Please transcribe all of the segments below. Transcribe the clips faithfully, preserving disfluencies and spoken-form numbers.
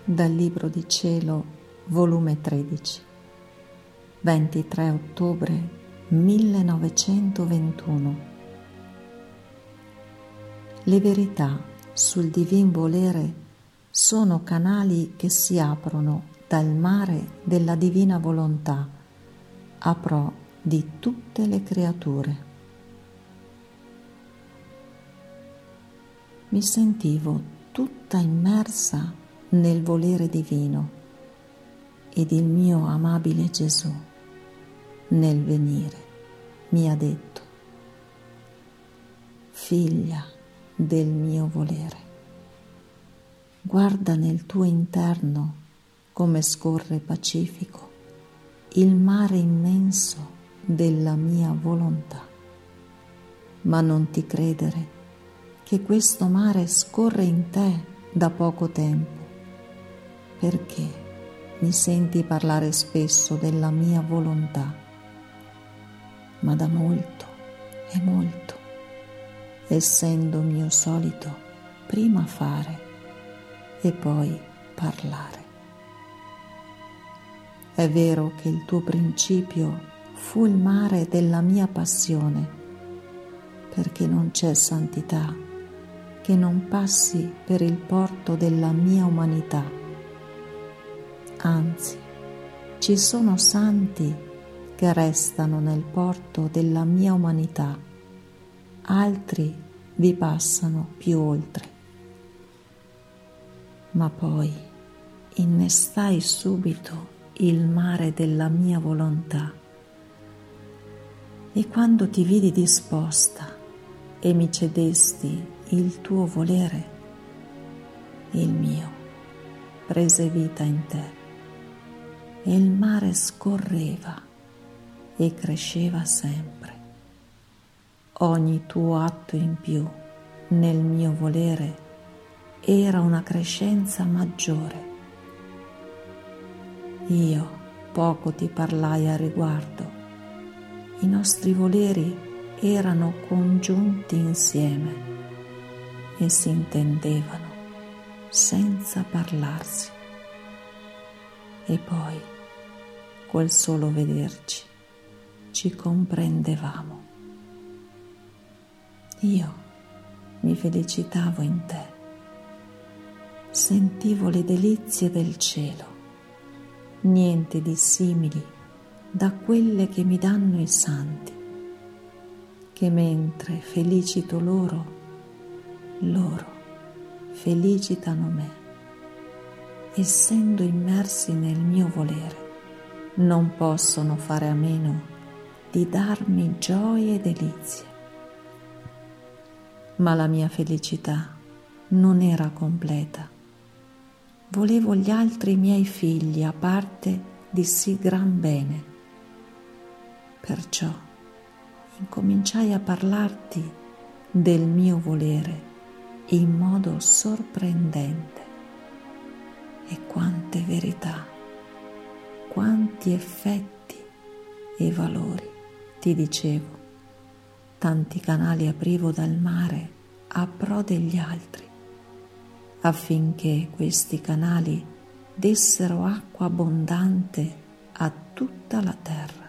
Dal Libro di Cielo, volume tredici, ventitré ottobre millenovecentoventuno. Le verità sul divin volere sono canali che si aprono dal mare della divina volontà a pro di tutte le creature. Mi sentivo tutta immersa nel volere divino ed il mio amabile Gesù nel venire mi ha detto: figlia del mio volere, guarda nel tuo interno come scorre pacifico il mare immenso della mia volontà, ma non ti credere che questo mare scorre in te da poco tempo, perché mi senti parlare spesso della mia volontà, ma da molto e molto, essendo mio solito prima fare e poi parlare. È vero che il tuo principio fu il mare della mia passione, perché non c'è santità che non passi per il porto della mia umanità. Anzi, ci sono santi che restano nel porto della mia umanità, altri vi passano più oltre. Ma poi innestai subito il mare della mia volontà, e quando ti vidi disposta e mi cedesti il tuo volere, il mio prese vita in te, e il mare scorreva e cresceva sempre. Ogni tuo atto in più nel mio volere era una crescenza maggiore. Io poco ti parlai a riguardo, i nostri voleri erano congiunti insieme e si intendevano senza parlarsi. E poi, col solo vederci, ci comprendevamo. Io mi felicitavo in te, sentivo le delizie del cielo, niente di simili da quelle che mi danno i santi, che mentre felicito loro, loro felicitano me. Essendo immersi nel mio volere, non possono fare a meno di darmi gioie e delizie. Ma la mia felicità non era completa. Volevo gli altri miei figli a parte di sì gran bene. Perciò incominciai a parlarti del mio volere in modo sorprendente. E quante verità, quanti effetti e valori, ti dicevo, tanti canali aprivo dal mare a pro degli altri, affinché questi canali dessero acqua abbondante a tutta la terra.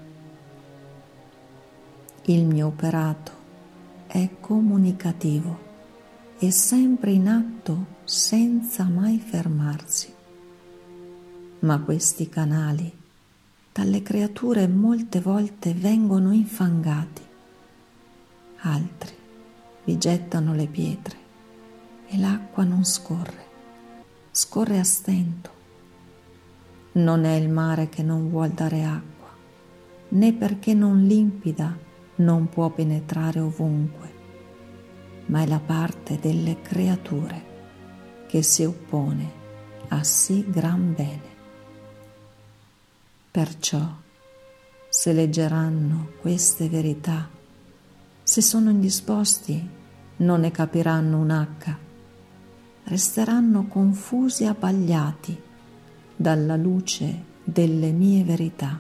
Il mio operato è comunicativo e sempre in atto senza mai fermarsi. Ma questi canali dalle creature molte volte vengono infangati, altri vi gettano le pietre e l'acqua non scorre, scorre a stento. Non è il mare che non vuol dare acqua, né perché non limpida non può penetrare ovunque, ma è la parte delle creature che si oppone a sì gran bene. Perciò, se leggeranno queste verità, se sono indisposti, non ne capiranno un acca, resteranno confusi e abbagliati dalla luce delle mie verità.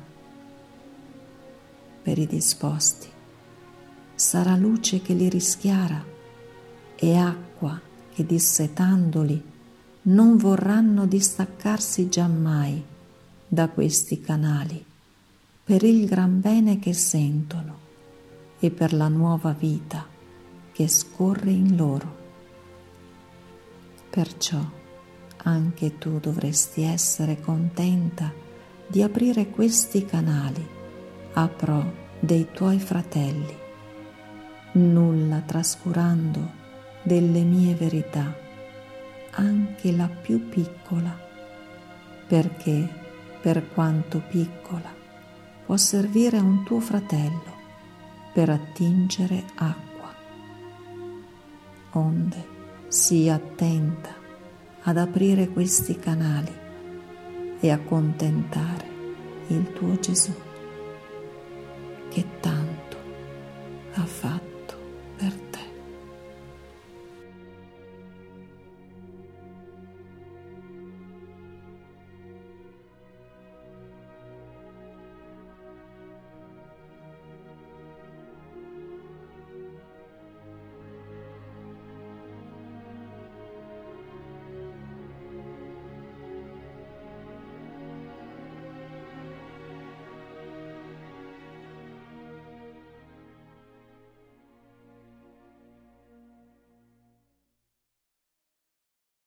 Per i disposti sarà luce che li rischiara e acqua che dissetandoli non vorranno distaccarsi giammai da questi canali per il gran bene che sentono e per la nuova vita che scorre in loro. Perciò anche tu dovresti essere contenta di aprire questi canali a pro dei tuoi fratelli, nulla trascurando delle mie verità, anche la più piccola, perché per quanto piccola può servire a un tuo fratello per attingere acqua. Onde sii attenta ad aprire questi canali e a contentare il tuo Gesù, che tanto ha fatto